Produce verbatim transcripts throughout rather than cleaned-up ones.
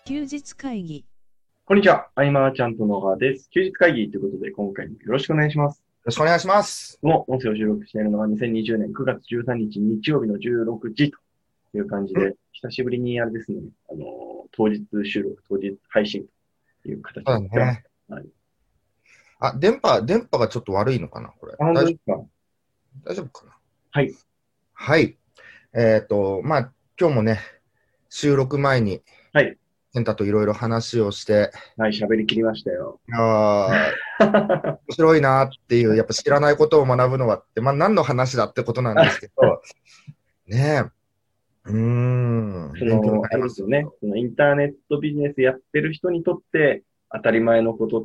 休日会議。 こんにちは。アイマーちゃんと野川です。休日会議ということで、今回もよろしくお願いします。よろしくお願いします。 この音声を収録しているのはにせんにじゅうねんくがつじゅうさんにち日曜日のじゅうろくじという感じで、久しぶりにあれですね、あの、当日収録、当日配信という形でやってます。はい、 あ、電波、電波がちょっと悪いのかなこれ。 あ、本当ですか？ 大丈夫かな？ はい。 はい。えっと、まあ、今日もね、収録前に、 はい。 健太といろいろ話をして、 はい、喋り切りましたよ。 あ面白いなっていう、やっぱ知らないことを学ぶのはって、まあ何の話だってことなんですけど、ねえ、うーん、 そ勉強にの、あれなります。 ですよね。そのインターネットビジネスやってる人にとって当たり前のことって、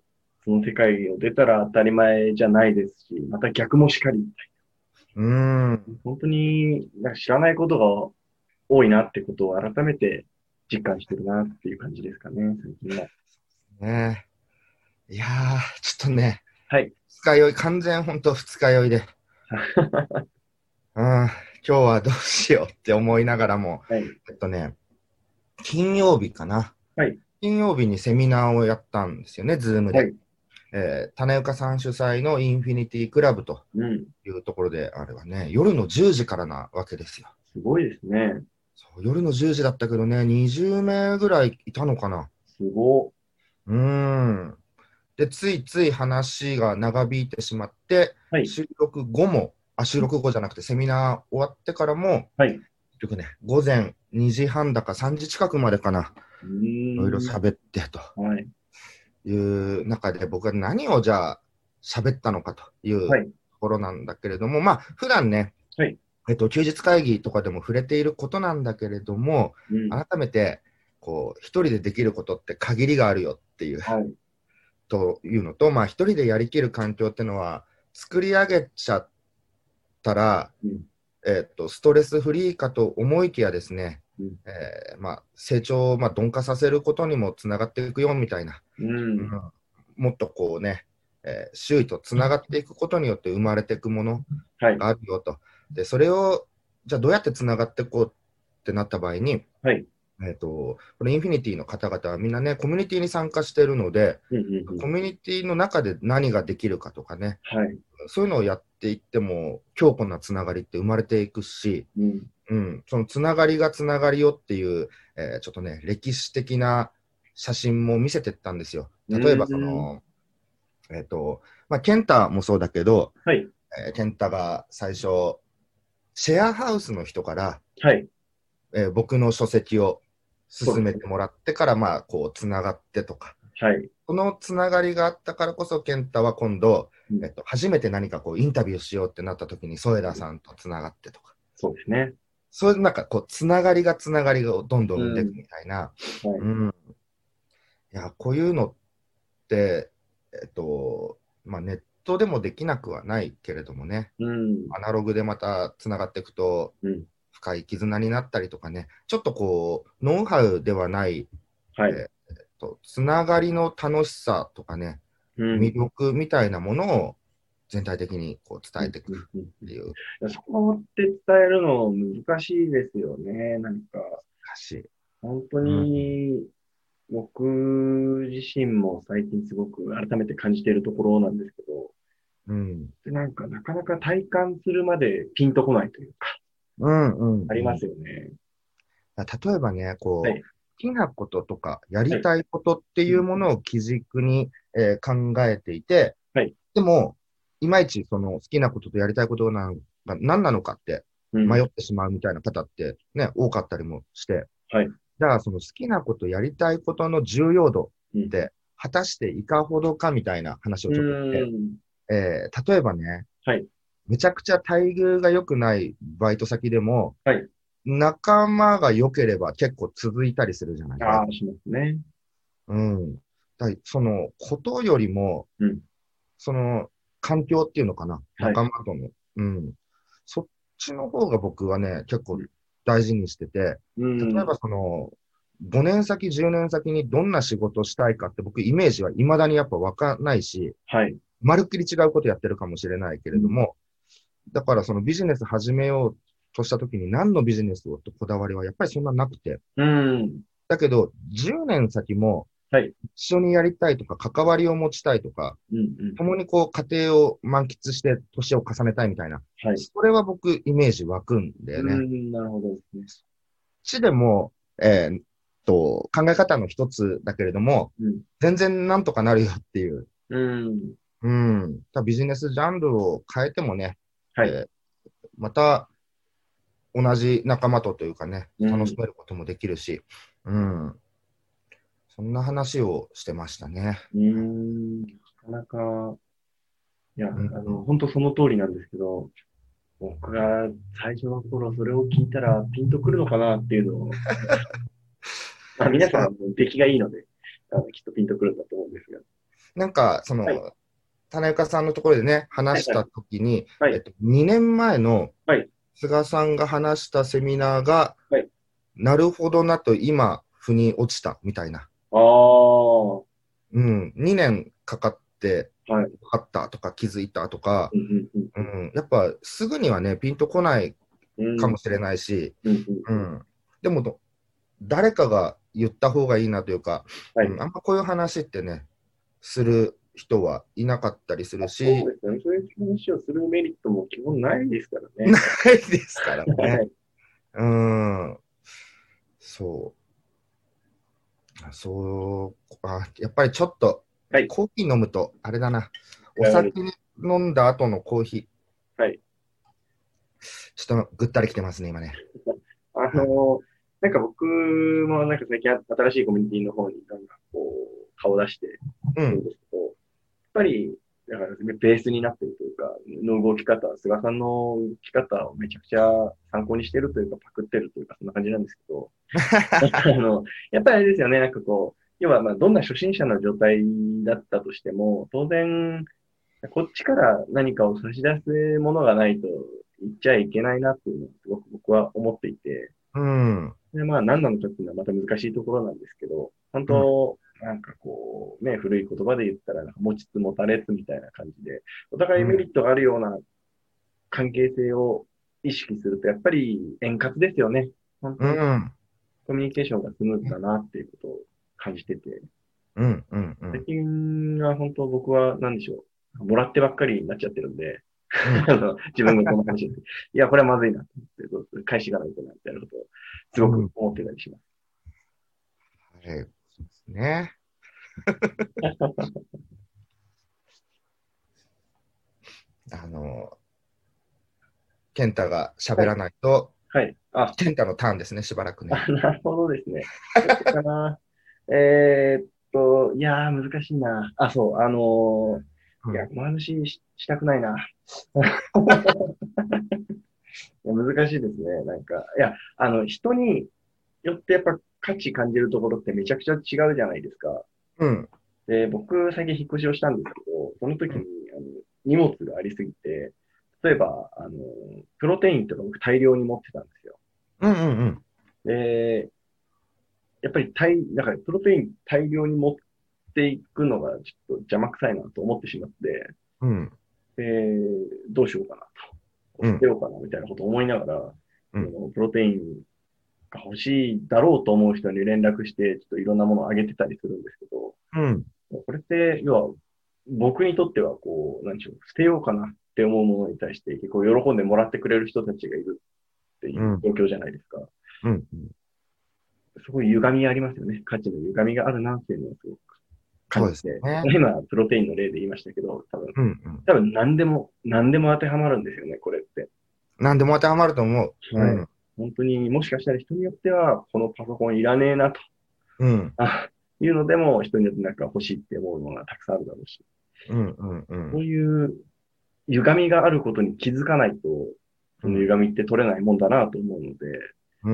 その世界を出たら当たり前じゃないですし、また逆もしかりみたいな。 うーん。 本当になんか知らないことが多いなってことを改めて実感してるなっていう感じですかね、最近は。 ねえ。いやー、ちょっとね、 はい。 二日酔い、完全本当二日酔いで。うん、今日はどうしようって思いながらも、 はい。 えっとね、金曜日かな。 はい。 金曜日にセミナーをやったんですよね、ズームで。 はい。 えー、種岡さん主催のインフィニティクラブとうん。 いうところで、あれはね、夜のじゅうじからなわけですよ。 すごいですね。 そう夜のじゅうじだったけどね、にじゅうめいぐらいいたのかな。 すご。 うーん。で、ついつい話が長引いてしまって、 はい。 収録後も、あ、収録後じゃなくてセミナー終わってからも、 はい。う結局ね、午前にじはんだかさんじ近くまでかな、 ーいろいろん。 喋ってとはい。 いう中で、僕は何をじゃあ喋ったのかというとはい。 ころなんだけれども、まあ、普段ね、 はい。 えっと、休日会議とかでも触れていることなんだけれども、 うん。 改めて、こう、一人でできることって限りがあるよっていう、 はい。 というのと、まあ、一人でやりきる環境っていうのは、作り上げちゃったら、 うん。 えっと、ストレスフリーかと思いきやですね、 うん。 えーまあ、成長を、まあ、鈍化させることにもつながっていくよみたいな、 うん。 うん、もっとこうね、えー周囲とつながっていくことによって生まれていくものはい。 があるよと。で、それを、じゃあどうやってつながっていこうってなった場合に、 はい。 えっと、このインフィニティの方々はみんなね、コミュニティに参加しているので、 うん。うん。うん。 コミュニティの中で何ができるかとかね、 はい。 そういうのをやっていっても、強固なつながりって生まれていくし、 うん。 うん、そのつながりがつながりよっていう、えーちょっとね、歴史的な写真も見せてったんですよ。 う例えば、そーん。 の、えっ、と、まあ、ケンタもそうだけど、 はい。 えーケンタが最初、シェアハウスの人から、 はい。 えー僕の書籍をそうですね。 勧めてもらってから、まあ、こう、つながってとか、 はい。 このつながりがあったからこそ、ケンタは今度、 うん。 えっと、初めて何かこうインタビューしようってなった時に、添田さんとつながってとか、 そうですね。 そういうなんかこう、つながりがつながりをどんどんう生んでいくん。 みたいな、 はい。 うん。いや、こういうのって、えっと、まあ、ネットでもできなくはないけれどもね、 うん。 アナログでまたつながっていくと、 うん。 深い絆になったりとかね、ちょっとこう、ノウハウではない、 はい。 えーえっと、つながりの楽しさとかね、 うん。 魅力みたいなものを全体的にこううん。 伝えていくうん。うん。うん。 っていうそこって伝えるの難しいですよね。なんか、 歌詞。 本当うん。 に僕自身も最近すごく改めて感じているところなんですけど、 うん。 でなんかなかなか体感するまでピンとこないというか、 うん。うん。 ありまうん。 すよね。 例えばね、こう、 はい。 好きなこととか、やりはい。 たいことってうん。 いうものを基軸に、えー考えていて、 はい。 でも、いまいちその好きなこととやりたいことが何なのかってうん。 迷ってしまうみたいな方ってね、多かったりもして、 はい。 じゃあその好きなこと、やりたいことの重要度うん。 って、果たしていかほどかみたいな話をうちょっとして、 ん。 えー例えばね、 はい。 めちゃくちゃ待遇が良くないバイト先でも、 はい。 仲間が良ければ結構続いたりするじゃない、バイト。 ああ、しますね。 うん。だそのことよりも、 うん。 その環境っていうのかな、 はい。 仲間との。うん。そっちの方が僕はね、結構うん。 大事にしてて、 うん。 例えばその、ごねん先、じゅうねん先にどんな仕事したいかって僕イメージは未だにやっぱわかんないし、 はい。 まるっきり違うことやってるかもしれないけうん。 れども、だからそのビジネス始めようとした時に何のビジネスをってこだわりはやっぱりそんななくて、 うん。 だけど、じゅうねん先もはい。 一緒にやりたいとか、関わりを持ちたいとか、 うんうん。 共にこう家庭を満喫して年を重ねたいみたいな、 はい。 それは僕イメージ湧くんだうーよね。 ん、なるほどですね。 ちでも、えーっと、考え方の一つだけれども、 うん。 全然なんとかなるよっていう、 うーん。 うん、多分ビジネスジャンルを変えてもね、 はい。 えーまた同じ仲間とというかね、 うん。 楽しめることもできるし、うん、そんな話をしてましたね。 うーん。なかなか、いや、 うん、 あの、本当その通りなんですけど、僕が最初の頃それを聞いたらピンとくるのかなっていうのを、まあ皆さんそうはもう出来がいいので、あの、きっとピンとくるんだと思うんですが。 なんか、そはい。 の、種岡さんのところでね、 はい。はい。 話したときに、 はい。 えっと、にねんまえのはい。 菅さんが話したセミナーが、 はい。 なるほどなと今、腑に落ちたみたいな。 ああ。はうん、にねんかかってい。 分かったとか気づいたとか、 うんうんうん、やっぱすぐにはね、ピンとこないうん。うん。 かもしれないし、 うんうんうん。 うん、でもど誰かが言った方がいいなというか、 はい。 うん、あんまこういう話ってね、する人はいなかったりするし、 そうですね。そういう話をするメリットも基本ないですからね。 ないですからね。 はい。 うん、そう、そう、あ、やっぱりちょっとはい。 コーヒー飲むと、あれだな、おやはり。 酒飲んだ後のコーヒー、 はい。 ちょっとぐったりきてますね、今ね。 あはい、 の、なんか僕もなんか最近新しいコミュニティの方になんかこう、顔出してうん、 るんですけど、やっぱり、だからベースになってるというか、の動き方、菅さんの動き方をめちゃくちゃ参考にしてるというか、パクってるというか、そんな感じなんですけど、あの、やっぱりあれですよね、なんかこう、要はまあどんな初心者の状態だったとしても、当然、こっちから何かを差し出すものがないと言っちゃいけないなっていうのをすごく僕は思っていて、 うん、 で、まあ何なのかっていうのはまた難しいところなんですけど、本うん、 当、なんかこう、ね、古い言葉で言ったら、なんか持ちつ持たれつみたいな感じで、お互いメリットがあるような関係性を意識すると、やっぱり円滑ですよね。本当にうん、 コミュニケーションがスムーズだなっていうことを感じてて、 うん、うん、う最ん、 近は本当僕は何でしょう。もらってばっかりになっちゃってるんで、 うん。 あの自分がこの話をして、いや、これはまずいなと思って、返しがないとな、みたいなことをすごくうん、 思ってたりします。 はい、そうですね。あの、健太が喋はい、 らないと、 はい。あ、 健太のターンですね、しばらくね。 あ、なるほどですね。どうしようかな。えーっと、いやー、難しいな。あ、そう、あのーいや、 うん、 この話し、したくないな。いや難しいですね。なんか、いや、あの、人によってやっぱ価値感じるところってめちゃくちゃ違うじゃないですか。 うん、 で、僕、最近引っ越しをしたんですけど、その時に、 うん、 あの、荷物がありすぎて、例えば、あの、プロテインとか僕大量に持ってたんですよ。 うん、うん、うん、 で、やっぱり大、だからプロテイン大量に持っていくのがちょっと邪魔くさいなと思ってしまって、 うん、 で、どうしようかなと。 うん、 捨てようかなみたいなことを思いながら、 うん、 そのプロテインが欲しいだろうと思う人に連絡して、ちょっといろんなものをあげてたりするんですけど、 うん、 これって、要は、僕にとっては、こう、なんでしょう、捨てようかなって思うものに対して、結構喜んでもらってくれる人たちがいるっていううん、 状況じゃないですか。 うん、 すごい歪みがありますよね。価値の歪みがあるなっていうのをすごく感そうですじて、 ね。 今、プロテインの例で言いましたけど、多分、 うん、うん。 多分何でも、何でも当てはまるんですよね、これって。 何でも当てはまると思う。うはい。 ん、 本当にもしかしたら人によっては、このパソコンいらねえなと、 うん、 あ、いうのでも、人によってなんか欲しいって思うものがたくさんあるだろうし、 うん、うん、うそうん、 いう歪みがあることに気づかないと、そのうん、 歪みって取れないもんだなと思うので、 うん、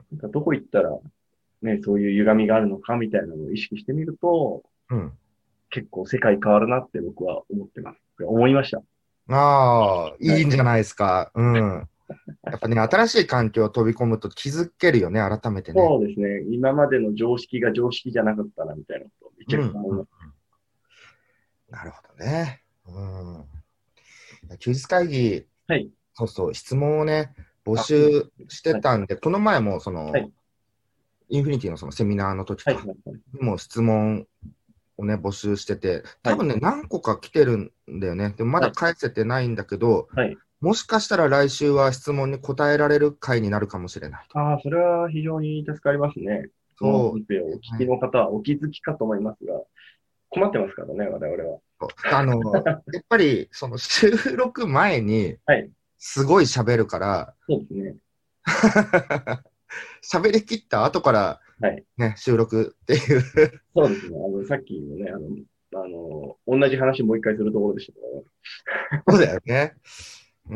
なんかどこ行ったら、ね、そういう歪みがあるのかみたいなのを意識してみると、 うん。 結構世界変わるなって僕は思ってます。思いました。 ああ、 はい。 いいんじゃないですか。うん。やっぱね、新しい環境を飛び込むと気づけるよね、改めてね。 そうですね。今までの常識が常識じゃなかったなみたいなことをめちゃくちゃうん、うん。 思います。 なるほどね。うん。休日会議、 はい。 そうそう、質問をね、募あ、そうで集すね。 してはい。 たんで、この前も、その、 はい。 インフィニティのそのセミナーの時はい。 か、 はい。はい。 もう質問をね、募集してて、多分ね、何個か来てるんだよね。でもまだ返せてないんだけど、 はい。 もしかしたら来週は質問に答えられる回になるかもしれない。 ああ、それは非常に助かりますね。このそう音声をお聞きの方はお気づきかと思いますが、困ってますからね、我々は。 あの、やっぱり、その収録前に、 はい。 すごい喋るから、 そうですね。 喋り切った後から、 はい。 ね、収録っていう。 そうですね。あの、さっきのね、あの、あの、同じ話もう一回するところでしたからね。 そうだよね。うん。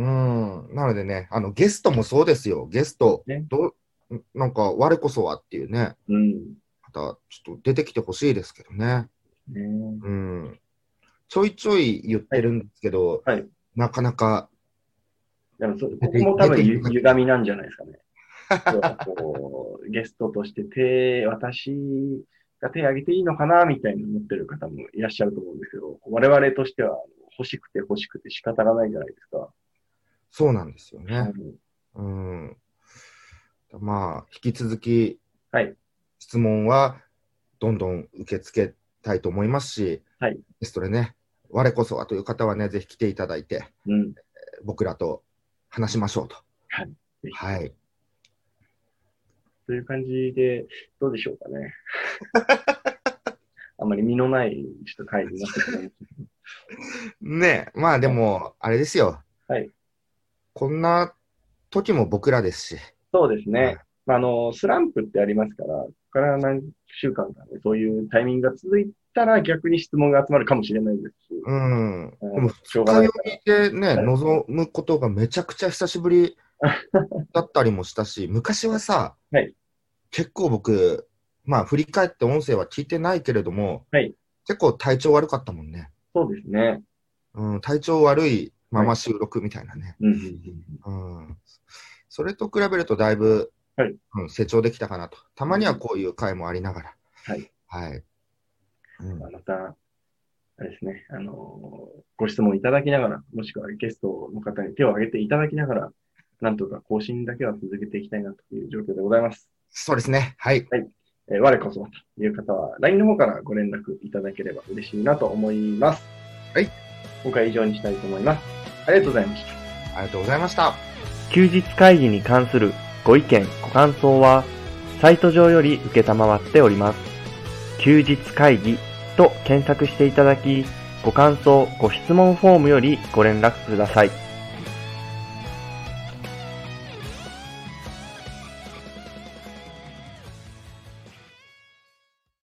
なのでね、あの、ゲストもそうですよ。ゲスト、 ね。 どうなんか、我こそはっていうね、 うん。 また、ちょっと出てきてほしいですけどね。 ね。 うん。ちょいちょい言ってるんですけど、 はい。はいなかなか、 でもそ、ここも多分ゆ歪みなんじゃないですかね。要はこうゲストとして手、私が手を挙げていいのかなみたいに思ってる方もいらっしゃると思うんですけど、我々としては欲しくて欲しくて仕方がないじゃないですか。 そうなんですよね。 はい。 うん。まあ、引き続き、 はい。 質問はどんどん受け付けたいと思いますし、 はい。 ゲストでね、我こそはという方はね、ぜひ来ていただいて、 うん。 僕らと話しましょうと。 はい。 はい。 という感じで、どうでしょうかね。あんまり身のないちょっと会になってしまいましたけど。 ねえ、まあでも、あれですよ。 はい。 こんな時も僕らですし。 そうですね。 はいまあ、あの、スランプってありますから、ここから何週間かね、そういうタイミングが続いたら逆に質問が集まるかもしれないですし。 うん。でうんも、 しょうがない二日から酔いでね、 はい望むことがめちゃくちゃ久しぶりだったりもしたし、昔はさ、 はい。 結構僕、まあ振り返って音声は聞いてないけれども、 はい。 結構体調悪かったもんね。 そうですね。 うん、体調悪いまま収録みたいなね。 うんうんうん、それと比べるとだいぶ、 はいうん、成長できたかなと。たまにはこういう回もありながら。 はい。 はい。うんまあまた、あれですね、あのーご質問いただきながら、もしくはゲストの方に手を挙げていただきながら、なんとか更新だけは続けていきたいなという状況でございます。 そうですね。はい。 えー我こそはという方は、ライン の方からご連絡いただければ嬉しいなと思います。 はい。 今回は以上にしたいと思います。ありがとうございました。 ありがとうございました。 休日会議に関するご意見、ご感想は、サイト上より受けたまわっております。休日会議と検索していただき、ご感想、ご質問フォームよりご連絡ください。